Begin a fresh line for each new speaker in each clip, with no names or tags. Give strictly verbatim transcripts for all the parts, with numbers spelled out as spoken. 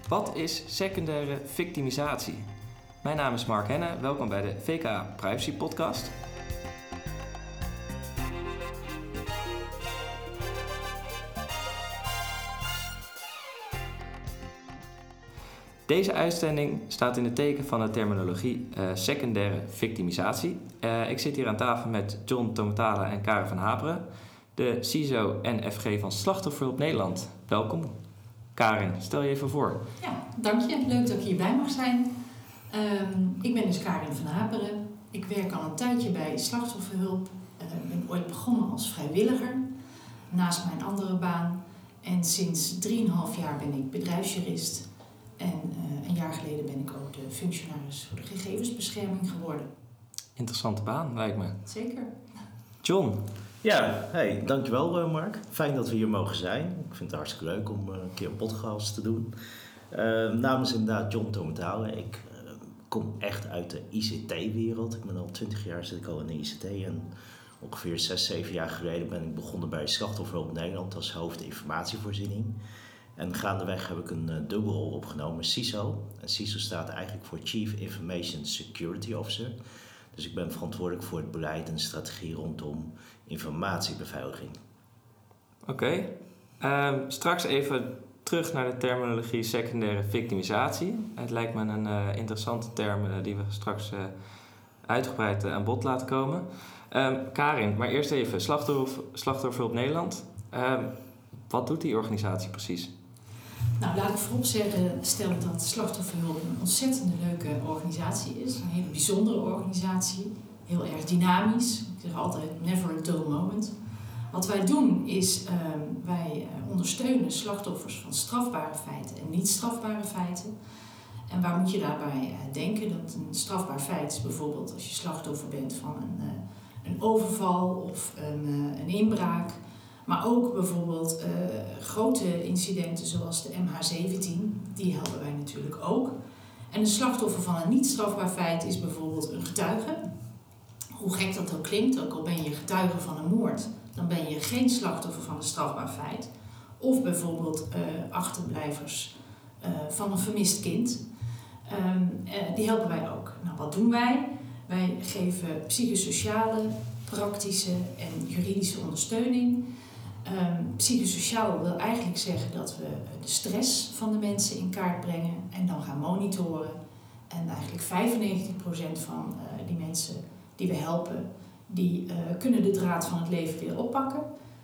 Wat is secundaire victimisatie? Mijn naam is Mark Henne, welkom bij de V K Privacy Podcast. Deze uitzending staat in het teken van de terminologie uh, secundaire victimisatie. Uh, ik zit hier aan tafel met John Tomatala en Karen van Haperen, de C I S O en F G van Slachtofferhulp Nederland. Welkom. Karin, stel je even voor.
Ja, dank je. Leuk dat ik hierbij mag zijn. Um, ik ben dus Karin van Haperen. Ik werk al een tijdje bij Slachtofferhulp. Ik uh, ben ooit begonnen als vrijwilliger, naast mijn andere baan. En sinds drieënhalf jaar ben ik bedrijfsjurist. En uh, een jaar geleden ben ik ook de functionaris voor de gegevensbescherming geworden.
Interessante baan, lijkt me.
Zeker.
John.
Ja, hey, dankjewel uh, Mark. Fijn dat we hier mogen zijn. Ik vind het hartstikke leuk om uh, een keer een podcast te doen. Uh, naam is inderdaad John Tomatala. Ik uh, kom echt uit de I C T-wereld. Ik ben al twintig jaar zit ik al in de I C T. En ongeveer zes, zeven jaar geleden ben ik begonnen bij Slachtofferhulp Nederland als hoofd informatievoorziening. En gaandeweg heb ik een uh, dubbelrol opgenomen, C I S O. En C I S O staat eigenlijk voor Chief Information Security Officer. Dus ik ben verantwoordelijk voor het beleid en strategie rondom informatiebeveiliging.
Oké. Okay. Uh, straks even terug naar de terminologie secundaire victimisatie. Het lijkt me een uh, interessante term uh, die we straks uh, uitgebreid uh, aan bod laten komen. Uh, Karin, maar eerst even Slachtoffer, Slachtofferhulp Nederland. Uh, wat doet die organisatie precies?
Nou, laat ik voorop zeggen, stellen dat Slachtofferhulp een ontzettend leuke organisatie is. Een hele bijzondere organisatie. Heel erg dynamisch. Ik zeg altijd, never a dull moment. Wat wij doen is, uh, wij ondersteunen slachtoffers van strafbare feiten en niet strafbare feiten. En waar moet je daarbij uh, denken? Dat een strafbaar feit is bijvoorbeeld als je slachtoffer bent van een, uh, een overval of een, uh, een inbraak. Maar ook bijvoorbeeld uh, grote incidenten zoals de M H zeventien, die helpen wij natuurlijk ook. En een slachtoffer van een niet strafbaar feit is bijvoorbeeld een getuige. Hoe gek dat ook klinkt, ook al ben je getuige van een moord, dan ben je geen slachtoffer van een strafbaar feit. Of bijvoorbeeld uh, achterblijvers uh, van een vermist kind. Um, uh, die helpen wij ook. Nou, wat doen wij? Wij geven psychosociale, praktische en juridische ondersteuning. Um, psychosociaal wil eigenlijk zeggen dat we de stress van de mensen in kaart brengen en dan gaan monitoren. En eigenlijk vijfennegentig procent van uh, die mensen die we helpen, die uh, kunnen de draad van het leven weer oppakken.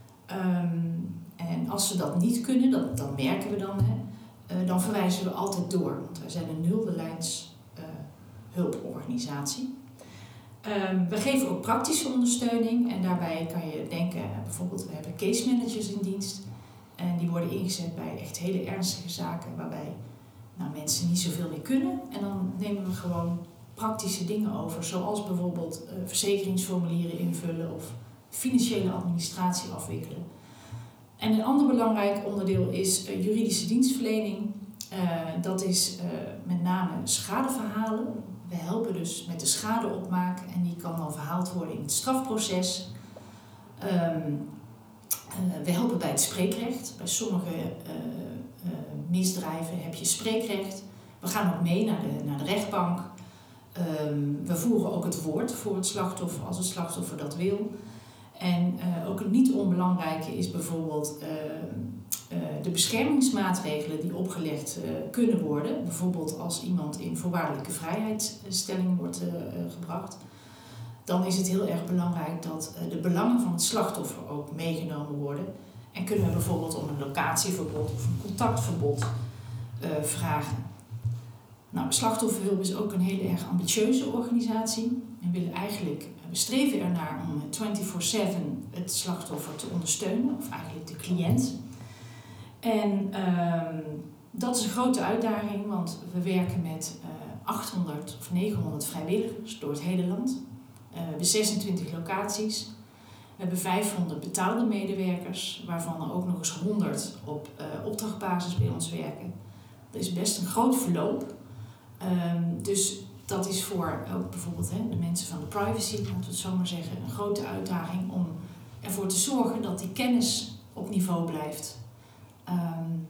Um, en als ze dat niet kunnen, dat, dat merken we dan, hè, uh, dan verwijzen we altijd door. Want wij zijn een nulde lijns uh, hulporganisatie. Um, we geven ook praktische ondersteuning en daarbij kan je denken, bijvoorbeeld we hebben case managers in dienst en die worden ingezet bij echt hele ernstige zaken waarbij nou, mensen niet zoveel meer kunnen en dan nemen we gewoon praktische dingen over, zoals bijvoorbeeld uh, verzekeringsformulieren invullen of financiële administratie afwikkelen. En een ander belangrijk onderdeel is uh, juridische dienstverlening. Uh, dat is uh, met name schadeverhalen. We helpen dus met de schadeopmaak en die kan dan verhaald worden in het strafproces. Um, uh, we helpen bij het spreekrecht. Bij sommige uh, uh, misdrijven heb je spreekrecht. We gaan ook mee naar de, naar de rechtbank. Um, we voeren ook het woord voor het slachtoffer als het slachtoffer dat wil. En uh, ook een niet onbelangrijke is bijvoorbeeld uh, uh, de beschermingsmaatregelen die opgelegd uh, kunnen worden. Bijvoorbeeld als iemand in voorwaardelijke vrijheidsstelling wordt uh, gebracht. Dan is het heel erg belangrijk dat uh, de belangen van het slachtoffer ook meegenomen worden. En kunnen we bijvoorbeeld om een locatieverbod of een contactverbod uh, vragen. Nou, Slachtofferhulp is ook een heel erg ambitieuze organisatie. We willen eigenlijk, we streven ernaar om vierentwintig zeven het slachtoffer te ondersteunen, of eigenlijk de cliënt. En uh, dat is een grote uitdaging, want we werken met uh, achthonderd of negenhonderd vrijwilligers door het hele land. Uh, we hebben zesentwintig locaties. We hebben vijfhonderd betaalde medewerkers, waarvan er ook nog eens honderd op uh, opdrachtbasis bij ons werken. Dat is best een groot verloop. Um, dus dat is voor ook bijvoorbeeld hè, de mensen van de privacy, laten we het zo maar zeggen, een grote uitdaging om ervoor te zorgen dat die kennis op niveau blijft. Um,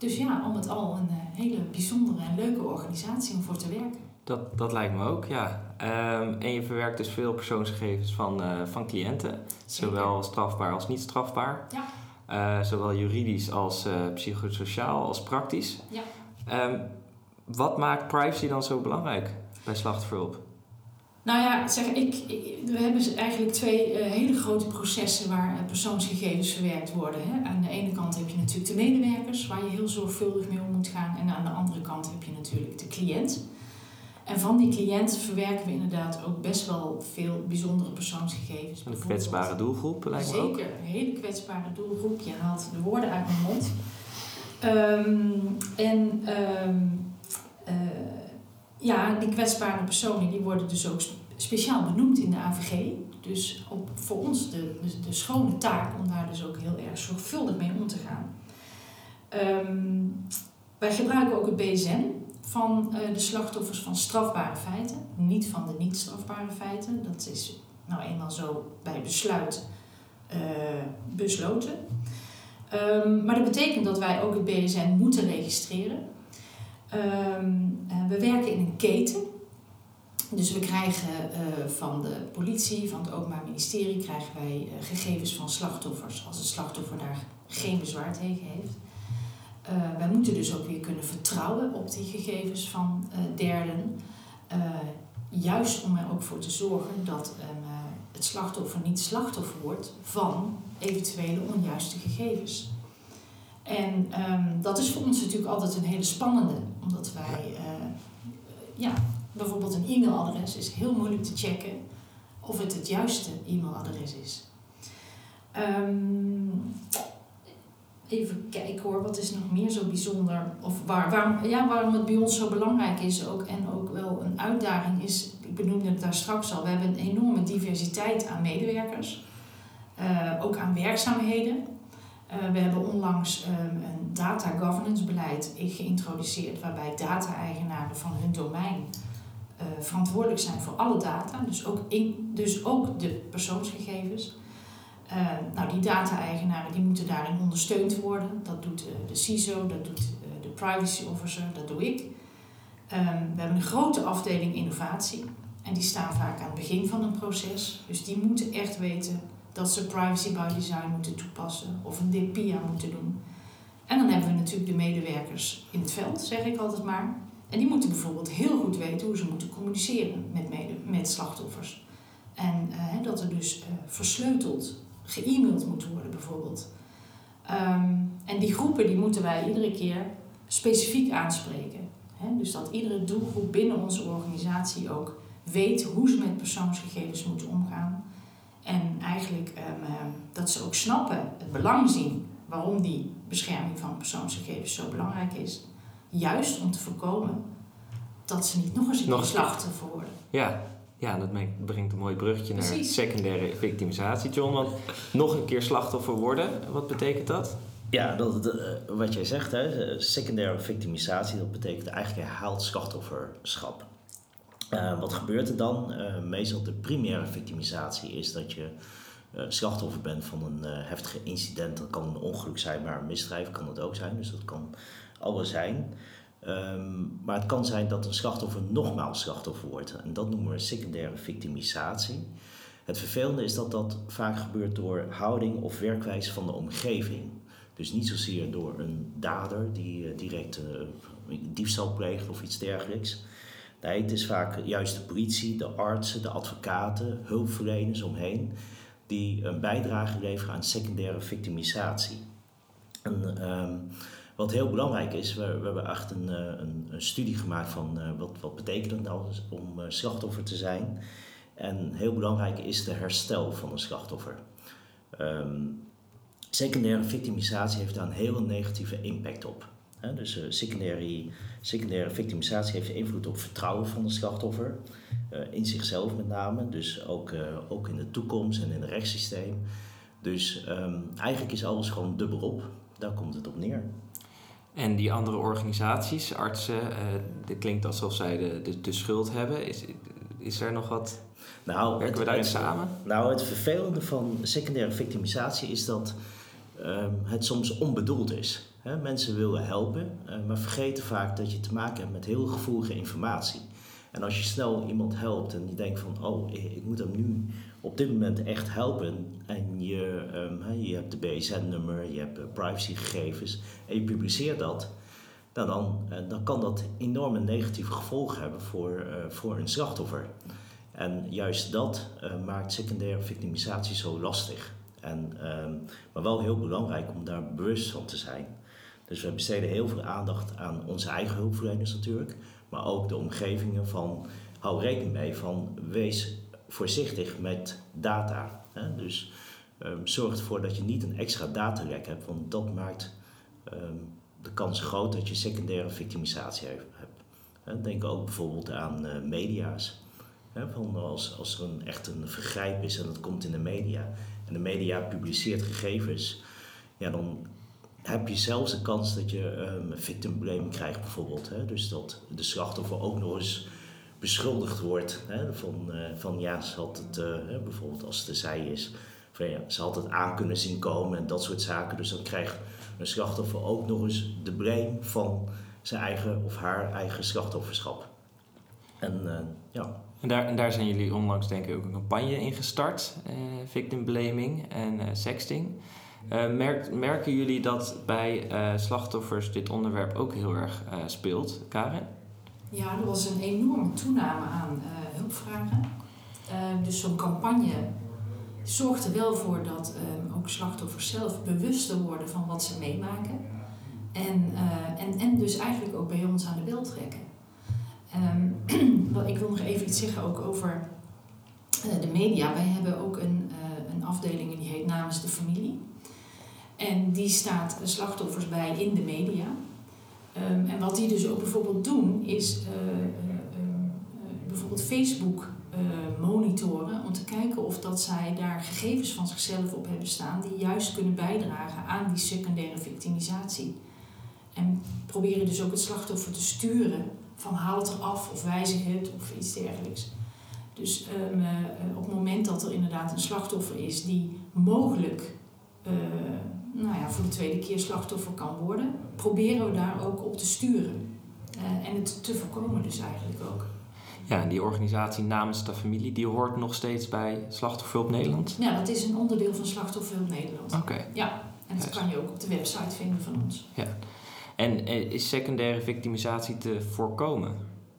Dus ja, al met al een uh, hele bijzondere en leuke organisatie om voor te werken.
Dat, dat lijkt me ook, ja. Um, en je verwerkt dus veel persoonsgegevens van, uh, van cliënten. Zeker. Zowel strafbaar als niet strafbaar.
Ja.
Uh, zowel juridisch als uh, psychosociaal als praktisch.
Ja.
Um, wat maakt privacy dan zo belangrijk bij slachtofferhulp?
Nou ja, zeg, ik, ik, we hebben eigenlijk twee uh, hele grote processen waar uh, persoonsgegevens verwerkt worden. Hè. Aan de ene kant heb je natuurlijk de medewerkers, waar je heel zorgvuldig mee om moet gaan. En aan de andere kant heb je natuurlijk de cliënt. En van die cliënt verwerken we inderdaad ook best wel veel bijzondere persoonsgegevens.
Een kwetsbare doelgroep lijkt me ook.
Zeker, een hele kwetsbare doelgroep. Je haalt de woorden uit mijn mond. Um, en um, uh, ja, die kwetsbare personen die worden dus ook speciaal benoemd in de A V G. Dus op, voor ons de, de, de schone taak om daar dus ook heel erg zorgvuldig mee om te gaan. Um, wij gebruiken ook het B S N van uh, de slachtoffers van strafbare feiten, niet van de niet strafbare feiten. Dat is nou eenmaal zo bij besluit uh, besloten. Um, maar dat betekent dat wij ook het B S N moeten registreren. Um, uh, we werken in een keten. Dus we krijgen uh, van de politie, van het Openbaar Ministerie, krijgen wij uh, gegevens van slachtoffers als het slachtoffer daar geen bezwaar tegen heeft. Uh, wij moeten dus ook weer kunnen vertrouwen op die gegevens van uh, derden. Uh, juist om er ook voor te zorgen dat um, uh, het slachtoffer niet slachtoffer wordt van eventuele onjuiste gegevens. En um, dat is voor ons natuurlijk altijd een hele spannende. Omdat wij, uh, ja, bijvoorbeeld een e-mailadres is heel moeilijk te checken of het het juiste e-mailadres is. Um, Even kijken hoor, wat is nog meer zo bijzonder? Of waar, waarom, ja, waarom het bij ons zo belangrijk is ook, en ook wel een uitdaging is, ik benoemde het daar straks al, we hebben een enorme diversiteit aan medewerkers. Uh, ook aan werkzaamheden. Uh, we hebben onlangs um, een data governance beleid geïntroduceerd waarbij data-eigenaren van hun domein uh, verantwoordelijk zijn voor alle data, dus ook, in, dus ook de persoonsgegevens. Uh, nou, die data-eigenaren die moeten daarin ondersteund worden. Dat doet uh, de C I S O, dat doet uh, de privacy officer, dat doe ik. Um, we hebben een grote afdeling innovatie. En die staan vaak aan het begin van een proces. Dus die moeten echt weten dat ze privacy by design moeten toepassen. Of een D P I A moeten doen. En dan hebben we natuurlijk de medewerkers in het veld, zeg ik altijd maar. En die moeten bijvoorbeeld heel goed weten hoe ze moeten communiceren met, mede, met slachtoffers. En uh, dat er dus uh, versleuteld ge-e-mailed moet worden bijvoorbeeld. Um, en die groepen die moeten wij iedere keer specifiek aanspreken. He, dus dat iedere doelgroep binnen onze organisatie ook weet hoe ze met persoonsgegevens moeten omgaan. En eigenlijk um, uh, dat ze ook snappen, het belang zien waarom die bescherming van persoonsgegevens zo belangrijk is. Juist om te voorkomen dat ze niet nog eens een slachtoffer worden.
Ja. Ja, dat brengt een mooi bruggetje naar Precies. secundaire victimisatie, John. Want nog een keer slachtoffer worden, wat betekent dat?
Ja, dat, uh, wat jij zegt, hè, secundaire victimisatie, dat betekent eigenlijk herhaald slachtofferschap. Uh, wat gebeurt er dan? Uh, meestal de primaire victimisatie is dat je uh, slachtoffer bent van een uh, heftige incident. Dat kan een ongeluk zijn, maar een misdrijf kan het ook zijn. Dus dat kan alles zijn. Um, maar het kan zijn dat een slachtoffer nogmaals slachtoffer wordt. En dat noemen we secundaire victimisatie. Het vervelende is dat dat vaak gebeurt door houding of werkwijze van de omgeving. Dus niet zozeer door een dader die uh, direct uh, diefstal pleegt of iets dergelijks. Nee, het is vaak juist de politie, de artsen, de advocaten, hulpverleners omheen die een bijdrage leveren aan secundaire victimisatie. En, um, wat heel belangrijk is, we, we hebben echt een, een, een studie gemaakt van uh, wat, wat betekent het nou om uh, slachtoffer te zijn. En heel belangrijk is de herstel van een slachtoffer. Um, secundaire victimisatie heeft daar een hele negatieve impact op. He, dus uh, secundaire, secundaire victimisatie heeft invloed op vertrouwen van de slachtoffer. Uh, in zichzelf met name, dus ook, uh, ook in de toekomst en in het rechtssysteem. Dus um, eigenlijk is alles gewoon dubbelop. Daar komt het op neer.
En die andere organisaties, artsen, uh, dit klinkt alsof zij de, de, de schuld hebben. Is, is er nog wat?
Nou,
Werken
het,
we daarin
het,
samen?
Nou, het vervelende van secundaire victimisatie is dat um, het soms onbedoeld is. He, mensen willen helpen, uh, maar vergeten vaak dat je te maken hebt met heel gevoelige informatie. En als je snel iemand helpt en je denkt van, oh, ik moet hem nu op dit moment echt helpen. En je, um, je hebt de B S N-nummer, je hebt privacygegevens en je publiceert dat. Nou dan, uh, dan kan dat enorme negatieve gevolgen hebben voor, uh, voor een slachtoffer. En juist dat uh, maakt secundaire victimisatie zo lastig. En, um, maar wel heel belangrijk om daar bewust van te zijn. Dus we besteden heel veel aandacht aan onze eigen hulpverleners natuurlijk. Maar ook de omgevingen van, hou rekening mee van, wees voorzichtig met data. Hè? Dus um, zorg ervoor dat je niet een extra datalek hebt, want dat maakt um, de kans groot dat je secundaire victimisatie hebt. Hè? Denk ook bijvoorbeeld aan uh, media's. Hè? Van als, als er een, echt een vergrijp is en dat komt in de media en de media publiceert gegevens, ja, dan heb je zelfs de kans dat je um, victim blaming krijgt bijvoorbeeld. Hè? Dus dat de slachtoffer ook nog eens beschuldigd wordt. Hè? Van, uh, van ja, ze had het, uh, bijvoorbeeld als het de zij is, van, ja, ze had het aan kunnen zien komen en dat soort zaken. Dus dan krijgt een slachtoffer ook nog eens de blame van zijn eigen of haar eigen slachtofferschap. En uh, ja...
En daar, en daar zijn jullie onlangs denk ik ook een campagne in gestart. Uh, victim blaming en uh, sexting. Uh, merk, merken jullie dat bij uh, slachtoffers dit onderwerp ook heel erg uh, speelt, Karen?
Ja, er was een enorme toename aan uh, hulpvragen. Uh, dus zo'n campagne zorgt er wel voor dat uh, ook slachtoffers zelf bewuster worden van wat ze meemaken. En, uh, en, en dus eigenlijk ook bij ons aan de bel trekken. Um, ik wil nog even iets zeggen ook over uh, de media. Wij hebben ook een, uh, een afdeling en die heet Namens de Familie. En die staat slachtoffers bij in de media. Um, en wat die dus ook bijvoorbeeld doen is uh, uh, uh, bijvoorbeeld Facebook uh, monitoren om te kijken of dat zij daar gegevens van zichzelf op hebben staan die juist kunnen bijdragen aan die secundaire victimisatie. En proberen dus ook het slachtoffer te sturen van haal het eraf of wijzig het of iets dergelijks. Dus um, uh, op het moment dat er inderdaad een slachtoffer is die mogelijk uh, nou ja, voor de tweede keer slachtoffer kan worden, proberen we daar ook op te sturen. Uh, en het te voorkomen dus eigenlijk ook.
Ja, en die organisatie Namens de Familie, die hoort nog steeds bij Slachtofferhulp Nederland?
Ja, dat is een onderdeel van Slachtofferhulp Nederland.
Oké. Okay.
Ja, en dat kan je ook op de website vinden van ons.
Ja. En is secundaire victimisatie te voorkomen?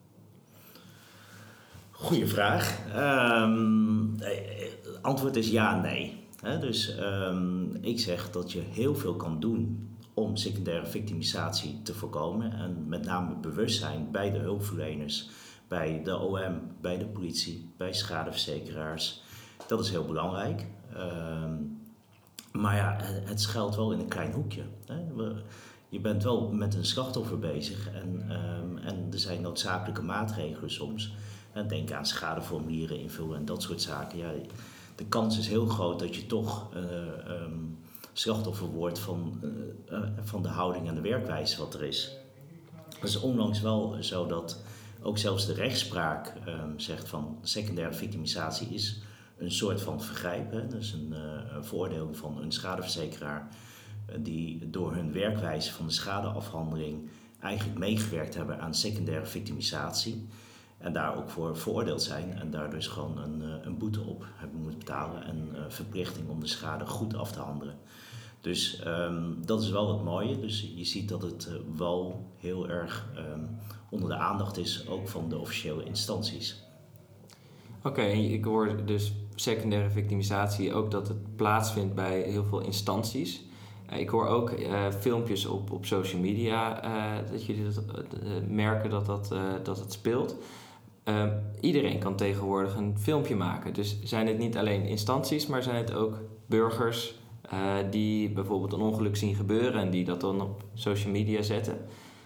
Goeie vraag. Um, het antwoord is ja en nee. He, dus um, ik zeg dat je heel veel kan doen om secundaire victimisatie te voorkomen. En met name bewustzijn bij de hulpverleners, bij de O M, bij de politie, bij schadeverzekeraars. Dat is heel belangrijk. Um, maar ja, het schuilt wel in een klein hoekje. He. We, Je bent wel met een slachtoffer bezig en, um, en er zijn noodzakelijke maatregelen soms. En denk aan schadeformulieren invullen en dat soort zaken. Ja, de kans is heel groot dat je toch uh, um, slachtoffer wordt van, uh, uh, van de houding en de werkwijze wat er is. Het is onlangs wel zo dat ook zelfs de rechtspraak um, zegt van secundaire victimisatie is een soort van vergrijp. Hè? Dat is een, uh, een veroordeling van een schadeverzekeraar die door hun werkwijze van de schadeafhandeling eigenlijk meegewerkt hebben aan secundaire victimisatie. En daar ook voor veroordeeld zijn en daar dus gewoon een, een boete op hebben moeten betalen en uh, verplichting om de schade goed af te handelen. Dus um, dat is wel het mooie. Dus je ziet dat het uh, wel heel erg um, onder de aandacht is, ook van de officiële instanties.
Oké, okay, ik hoor dus secundaire victimisatie ook dat het plaatsvindt bij heel veel instanties. Uh, ik hoor ook uh, filmpjes op, op social media uh, dat jullie dat, uh, merken dat, dat, uh, dat het speelt. Uh, iedereen kan tegenwoordig een filmpje maken. Dus zijn het niet alleen instanties, maar zijn het ook burgers uh, die bijvoorbeeld een ongeluk zien gebeuren en die dat dan op social media zetten?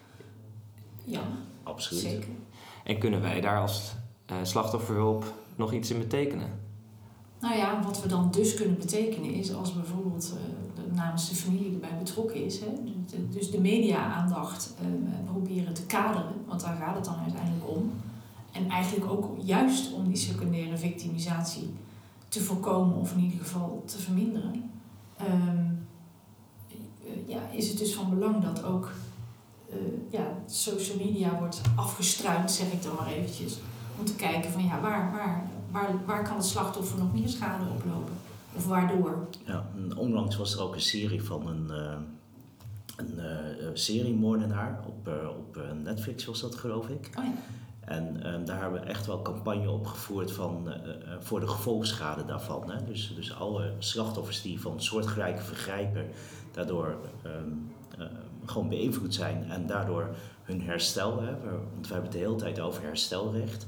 Ja,
absoluut.
Zeker.
En kunnen wij daar als uh, slachtofferhulp nog iets in betekenen?
Nou ja, wat we dan dus kunnen betekenen is als bijvoorbeeld uh, de, namens de familie erbij betrokken is. Hè, de, dus de media-aandacht uh, proberen te kaderen, want daar gaat het dan uiteindelijk om. En eigenlijk ook juist om die secundaire victimisatie te voorkomen of in ieder geval te verminderen. Um, is het dus van belang dat ook uh, ja, social media wordt afgestruind, zeg ik dan maar eventjes. Om te kijken van ja, waar, waar, waar, waar kan het slachtoffer nog meer schade oplopen? Of waardoor?
Ja, onlangs was er ook een serie van een, uh, een uh, seriemoordenaar. Op, uh, op uh, Netflix was dat, geloof ik.
Oh ja.
En uh, daar hebben we echt wel campagne op gevoerd van, uh, uh, voor de gevolgschade daarvan. Hè? Dus, dus alle slachtoffers die van soortgelijke vergrijpen daardoor um, uh, gewoon beïnvloed zijn en daardoor hun herstel, hè, want we hebben het de hele tijd over herstelrecht,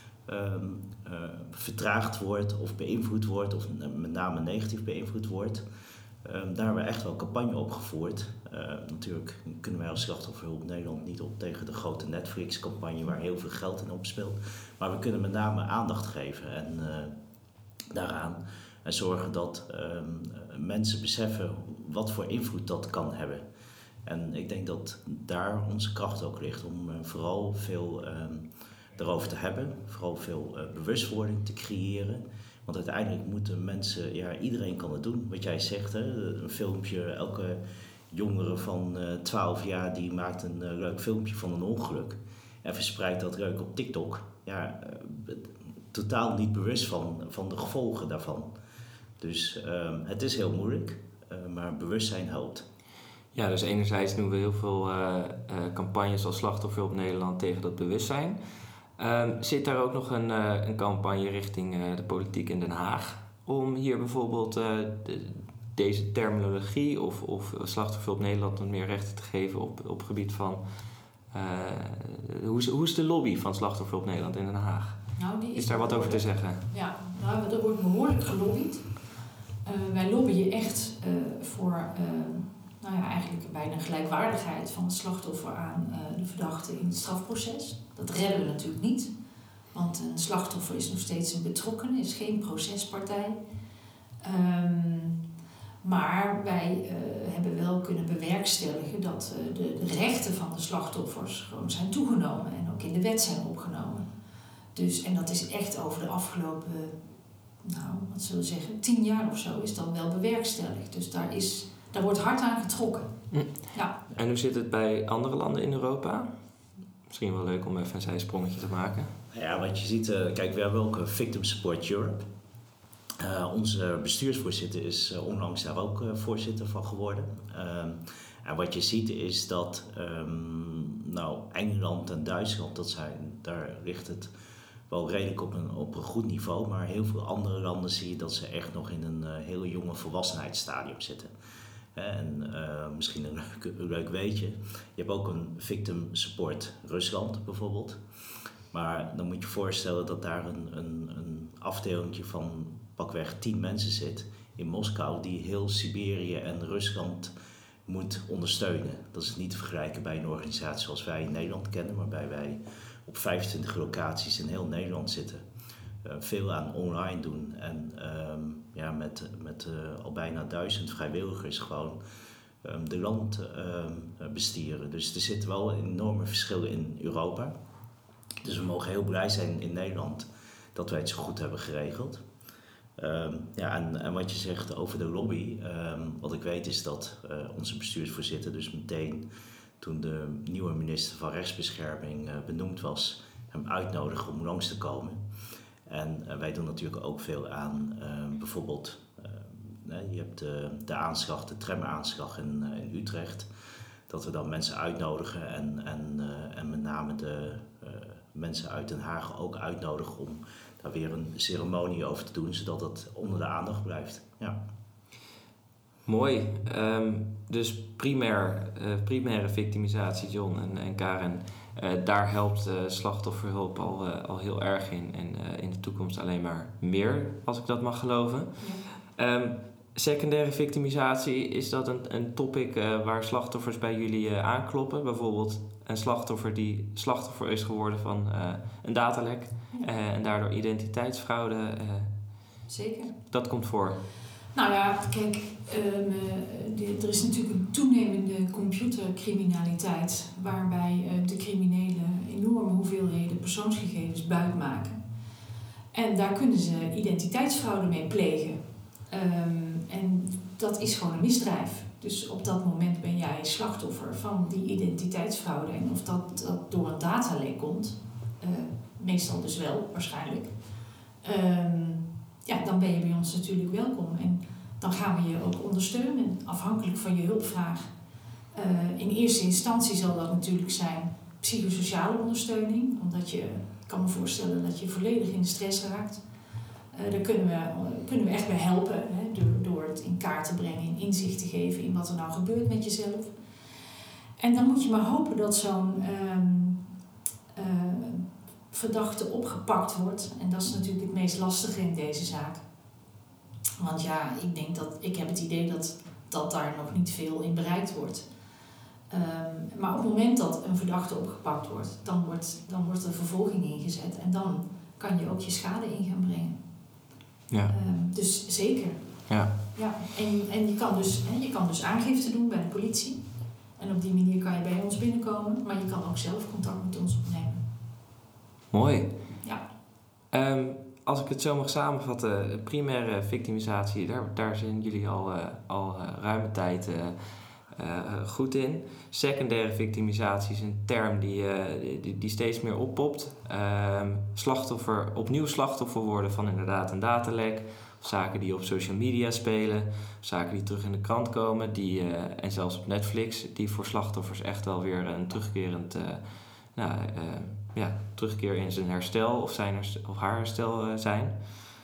um, uh, vertraagd wordt of beïnvloed wordt, of met name negatief beïnvloed wordt. Um, daar hebben we echt wel campagne op gevoerd. Uh, natuurlijk kunnen wij als Slachtofferhulp Nederland niet op tegen de grote Netflix-campagne waar heel veel geld in opspeelt. Maar we kunnen met name aandacht geven en, uh, daaraan en zorgen dat um, mensen beseffen wat voor invloed dat kan hebben. En ik denk dat daar onze kracht ook ligt om uh, vooral veel um, erover te hebben, vooral veel uh, bewustwording te creëren. Want uiteindelijk moeten mensen, ja, iedereen kan het doen. Wat jij zegt, hè, een filmpje, elke jongere van uh, twaalf jaar die maakt een uh, leuk filmpje van een ongeluk en verspreidt dat leuk op TikTok. Ja, uh, totaal niet bewust van, van de gevolgen daarvan. Dus uh, het is heel moeilijk, uh, maar bewustzijn helpt.
Ja, dus enerzijds doen we heel veel uh, uh, campagnes als Slachtofferhulp Nederland tegen dat bewustzijn. Um, zit daar ook nog een, uh, een campagne richting uh, de politiek in Den Haag om hier bijvoorbeeld uh, de, deze terminologie of, of Slachtofferhulp Nederland wat meer rechten te geven op, op gebied van uh, hoe, is, hoe is de lobby van Slachtofferhulp Nederland in Den Haag?
Nou, die is,
is daar wat over te zeggen?
Ja, nou, er wordt behoorlijk gelobbyd. Uh, wij lobbyen echt uh, voor uh, nou ja, eigenlijk bijna gelijkwaardigheid van het slachtoffer aan uh, de verdachte in het strafproces. Dat redden we natuurlijk niet, want een slachtoffer is nog steeds een betrokkenen, is geen procespartij. Um, maar wij uh, hebben wel kunnen bewerkstelligen dat uh, de, de rechten van de slachtoffers gewoon zijn toegenomen en ook in de wet zijn opgenomen. Dus, en dat is echt over de afgelopen, nou, wat zullen we zeggen, tien jaar of zo is dat wel bewerkstelligd. Dus daar, is, daar wordt hard aan getrokken.
Hm.
Ja.
En hoe zit het bij andere landen in Europa? Misschien wel leuk om even een zijsprongetje te maken.
Ja, wat je ziet, uh, kijk, we hebben ook uh, Victim Support Europe. Uh, onze bestuursvoorzitter is uh, onlangs daar ook uh, voorzitter van geworden. Um, en wat je ziet is dat um, nou, Engeland en Duitsland, dat zijn, daar ligt het wel redelijk op een, op een goed niveau. Maar heel veel andere landen zie je dat ze echt nog in een uh, heel jonge volwassenheidsstadium zitten. En uh, misschien een leuk, een leuk weetje. Je hebt ook een Victim Support Rusland bijvoorbeeld. Maar dan moet je je voorstellen dat daar een, een, een afdelingje van pakweg tien mensen zit in Moskou die heel Siberië en Rusland moet ondersteunen. Dat is niet te vergelijken bij een organisatie zoals wij in Nederland kennen, waarbij wij op vijfentwintig locaties in heel Nederland zitten. Uh, veel aan online doen en um, ja, met, met uh, al bijna duizend vrijwilligers gewoon um, de land um, bestieren. Dus er zitten wel enorme verschillen in Europa. Dus we mogen heel blij zijn in Nederland dat wij het zo goed hebben geregeld. Um, ja, en, en wat je zegt over de lobby, um, wat ik weet is dat uh, onze bestuursvoorzitter dus meteen toen de nieuwe minister van Rechtsbescherming uh, benoemd was, hem uitnodigde om langs te komen. En uh, wij doen natuurlijk ook veel aan, uh, bijvoorbeeld, uh, je hebt de, de aanslag, de tramaanslag in, uh, in Utrecht, dat we dan mensen uitnodigen en, en, uh, en met name de uh, mensen uit Den Haag ook uitnodigen om daar weer een ceremonie over te doen, zodat het onder de aandacht blijft. Ja.
Mooi. Um, dus primair, uh, primaire victimisatie, John en, en Karen, uh, daar helpt uh, slachtofferhulp al, uh, al heel erg in. En uh, in de toekomst alleen maar meer, als ik dat mag geloven. Ja. Um, secundaire victimisatie, is dat een, een topic uh, waar slachtoffers bij jullie uh, aankloppen? Bijvoorbeeld een slachtoffer die slachtoffer is geworden van uh, een datalek ja. uh, en daardoor identiteitsfraude. Uh,
Zeker. Dat
komt voor.
Nou ja, kijk, um, de, er is natuurlijk een toenemende computercriminaliteit waarbij uh, de criminelen enorme hoeveelheden persoonsgegevens buitmaken. En daar kunnen ze identiteitsfraude mee plegen. Um, en dat is gewoon een misdrijf. Dus op dat moment ben jij slachtoffer van die identiteitsfraude. En of dat, dat door een datalek komt, uh, meestal dus wel, waarschijnlijk. Um, ja, dan ben je bij ons natuurlijk welkom. En dan gaan we je ook ondersteunen, afhankelijk van je hulpvraag. Uh, in eerste instantie zal dat natuurlijk zijn psychosociale ondersteuning. Omdat je, ik kan me voorstellen dat je volledig in de stress raakt. Uh, daar kunnen we, kunnen we echt bij helpen, hè, door, door het in kaart te brengen, in inzicht te geven in wat er nou gebeurt met jezelf. En dan moet je maar hopen dat zo'n um, uh, verdachte opgepakt wordt. En dat is natuurlijk het meest lastige in deze zaak. Want ja, ik denk dat, ik heb het idee dat, dat daar nog niet veel in bereikt wordt. Um, maar op het moment dat een verdachte opgepakt wordt, dan wordt, dan wordt er vervolging ingezet. En dan kan je ook je schade in gaan brengen.
Ja.
Um, dus zeker.
Ja.
Ja. En, en je, kan dus, hè, je kan dus aangifte doen bij de politie. En op die manier kan je bij ons binnenkomen. Maar je kan ook zelf contact met ons opnemen.
Mooi.
Ja.
Um, als ik het zo mag samenvatten, primaire victimisatie, daar, daar zijn jullie al, uh, al uh, ruime tijd uh, uh, goed in. Secundaire victimisatie is een term die, uh, die, die steeds meer oppopt. Um, slachtoffer, opnieuw slachtoffer worden van inderdaad een datalek. Of zaken die op social media spelen. Of zaken die terug in de krant komen. Die, uh, en zelfs op Netflix, die voor slachtoffers echt wel weer een terugkerend... Uh, nou, uh, ja, terugkeer in zijn herstel of, zijn herstel, of haar herstel uh, zijn.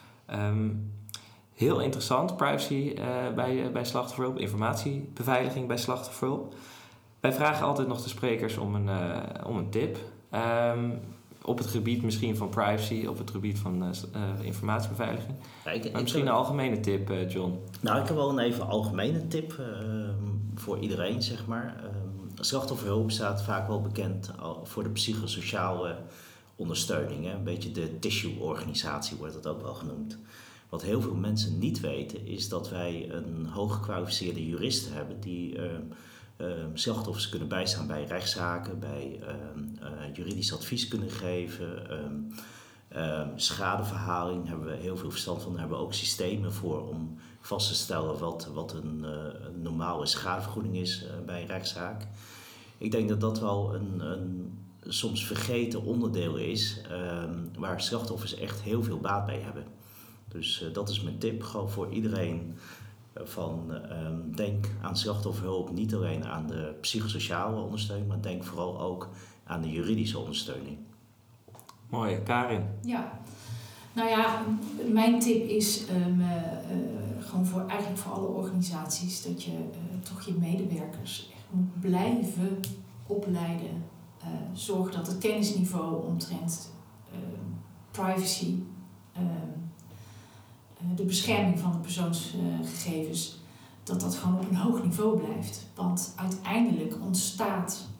Um, heel interessant, privacy uh, bij, uh, bij slachtofferhulp, informatiebeveiliging bij slachtofferhulp. Wij vragen altijd nog de sprekers om een, uh, om een tip. Um, op het gebied misschien van privacy, op het gebied van uh, uh, informatiebeveiliging. Ja, ik, maar misschien ik, een algemene tip, uh, John.
Nou, ik heb wel een even algemene tip uh, voor iedereen, zeg maar. Uh, Slachtofferhulp staat vaak wel bekend voor de psychosociale ondersteuning. Hè? Een beetje de tissue-organisatie wordt dat ook wel genoemd. Wat heel veel mensen niet weten is dat wij een hooggekwalificeerde jurist hebben die uh, uh, slachtoffers kunnen bijstaan bij rechtszaken, bij uh, uh, juridisch advies kunnen geven. Um, uh, schadeverhaling hebben we heel veel verstand van. Daar hebben we ook systemen voor om vast te stellen wat, wat een, uh, een normale schadevergoeding is uh, bij een rechtszaak. Ik denk dat dat wel een, een soms vergeten onderdeel is um, waar slachtoffers echt heel veel baat bij hebben. Dus uh, dat is mijn tip gewoon voor iedereen. Uh, van um, denk aan slachtofferhulp, niet alleen aan de psychosociale ondersteuning, maar denk vooral ook aan de juridische ondersteuning.
Mooi, Karin.
Ja, nou ja, mijn tip is um, uh, uh, gewoon voor eigenlijk voor alle organisaties dat je uh, toch je medewerkers echt moet blijven opleiden. Uh, zorg dat het kennisniveau omtrent uh, privacy, uh, uh, de bescherming van de persoonsgegevens, dat dat gewoon op een hoog niveau blijft. Want uiteindelijk ontstaat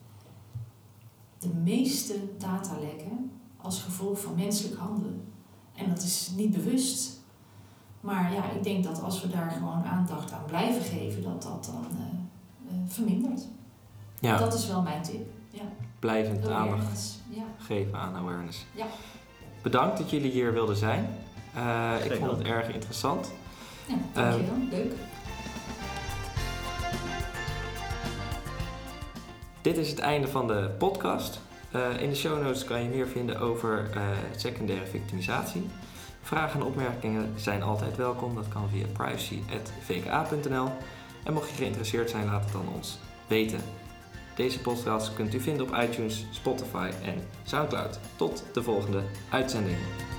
de meeste datalekken als gevolg van menselijk handelen. En dat is niet bewust. Maar ja, ik denk dat als we daar gewoon aandacht aan blijven geven, dat dat dan uh, uh, vermindert. Ja. Dat is wel mijn tip. Ja.
Blijvend
awareness.
Aandacht
ja.
geven aan awareness.
Ja.
Bedankt dat jullie hier wilden zijn. Uh, ik vond het erg interessant.
Ja, dankjewel. Uh, Leuk.
Dit is het einde van de podcast. Uh, in de show notes kan je meer vinden over uh, secundaire victimisatie. Vragen en opmerkingen zijn altijd welkom. Dat kan via privacy at v k a punt n l. En mocht je geïnteresseerd zijn, laat het dan ons weten. Deze podcast kunt u vinden op iTunes, Spotify en Soundcloud. Tot de volgende uitzending.